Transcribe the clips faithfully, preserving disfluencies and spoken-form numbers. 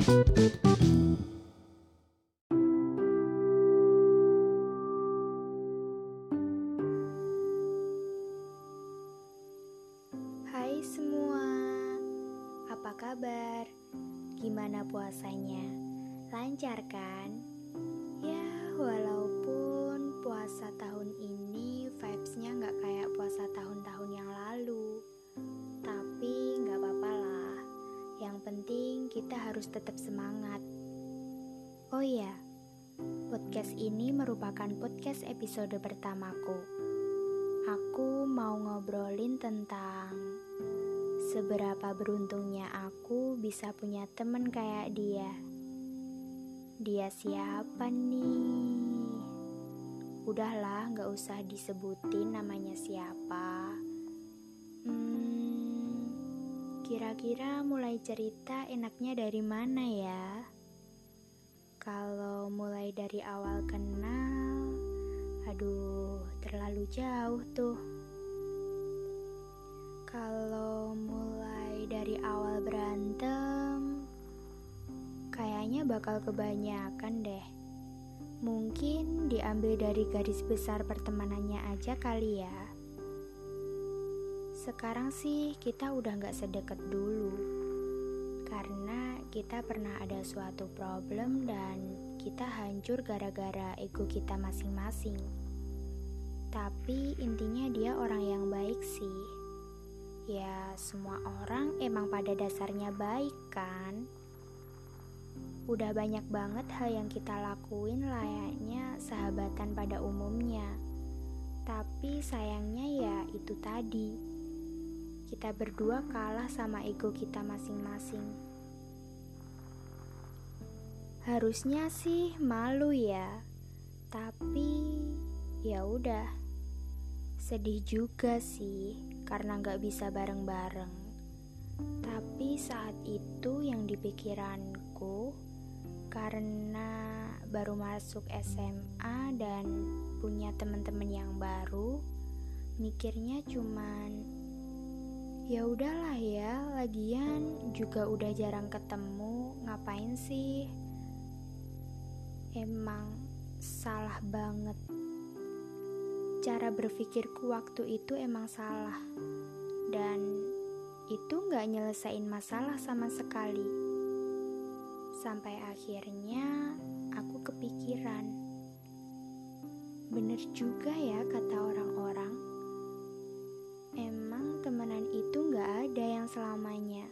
Hai semua, apa kabar? Gimana puasanya? Lancar kan? Ya, walaupun puasa tahun ini vibes-nya gak kayak puasa tahun-tahun yang lalu, tapi gak apa-apa lah. Yang penting kita harus tetap semangat. Oh iya, podcast ini merupakan podcast episode pertamaku. Aku mau ngobrolin tentang seberapa beruntungnya aku bisa punya temen kayak dia. Dia siapa nih? Udahlah, gak usah disebutin namanya siapa. Hmm, kira-kira mulai cerita enaknya dari mana ya? Kalau mulai dari awal kenal, aduh, terlalu jauh tuh. Kalau mulai dari awal berantem, kayaknya bakal kebanyakan deh. Mungkin diambil dari garis besar pertemanannya aja kali ya. Sekarang sih kita udah gak sedekat dulu, karena kita pernah ada suatu problem dan kita hancur gara-gara ego kita masing-masing. Tapi intinya dia orang yang baik sih. Ya, semua orang emang pada dasarnya baik kan? Udah banyak banget hal yang kita lakuin layaknya sahabatan pada umumnya. Tapi sayangnya ya itu tadi. Kita berdua kalah sama ego kita masing-masing. Harusnya sih malu ya. Tapi ya udah. Sedih juga sih karena gak bisa bareng-bareng. Tapi saat itu yang di pikiranku, karena baru masuk S M A dan punya teman-teman yang baru, mikirnya cuman ya udahlah ya, lagian juga udah jarang ketemu, ngapain sih? Emang salah banget. Cara berpikirku waktu itu emang salah, dan itu gak nyelesain masalah sama sekali. Sampai akhirnya aku kepikiran, bener juga ya kata orang-orang, emang temenan itu gak ada yang selamanya.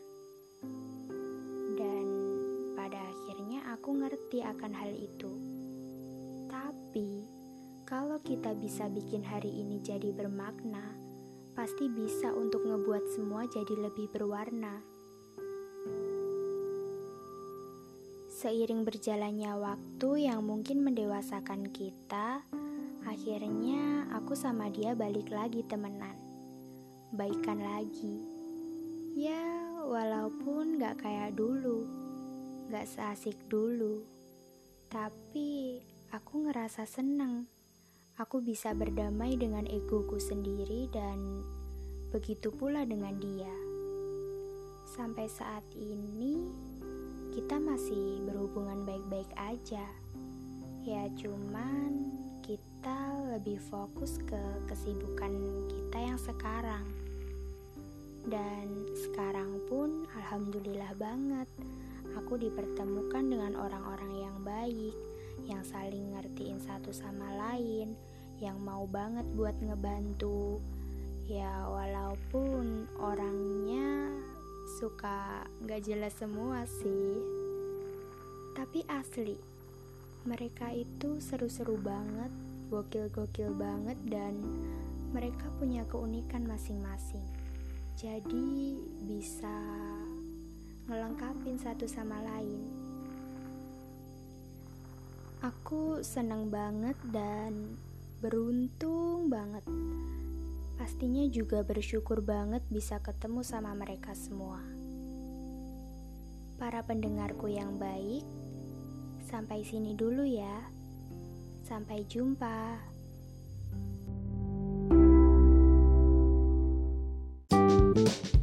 Dan pada akhirnya aku ngerti akan hal itu. Tapi kalau kita bisa bikin hari ini jadi bermakna, pasti bisa untuk ngebuat semua jadi lebih berwarna. Seiring berjalannya waktu yang mungkin mendewasakan kita, akhirnya aku sama dia balik lagi temenan. Baikan lagi. Ya, walaupun gak kayak dulu, gak seasik dulu. Tapi aku ngerasa seneng. Aku bisa berdamai dengan egoku sendiri dan begitu pula dengan dia. Sampai saat ini kita masih berhubungan baik-baik aja. Ya cuman kita lebih fokus ke kesibukan kita yang sekarang. Dan sekarang pun alhamdulillah banget aku dipertemukan dengan orang-orang yang baik, yang saling ngertiin satu sama lain, yang mau banget buat ngebantu. Ya walaupun orangnya suka gak jelas semua sih, tapi asli mereka itu seru-seru banget, gokil-gokil banget, dan mereka punya keunikan masing-masing. Jadi bisa ngelengkapin satu sama lain. Aku seneng banget dan beruntung banget. Pastinya juga bersyukur banget bisa ketemu sama mereka semua. Para pendengarku yang baik, sampai sini dulu ya. Sampai jumpa.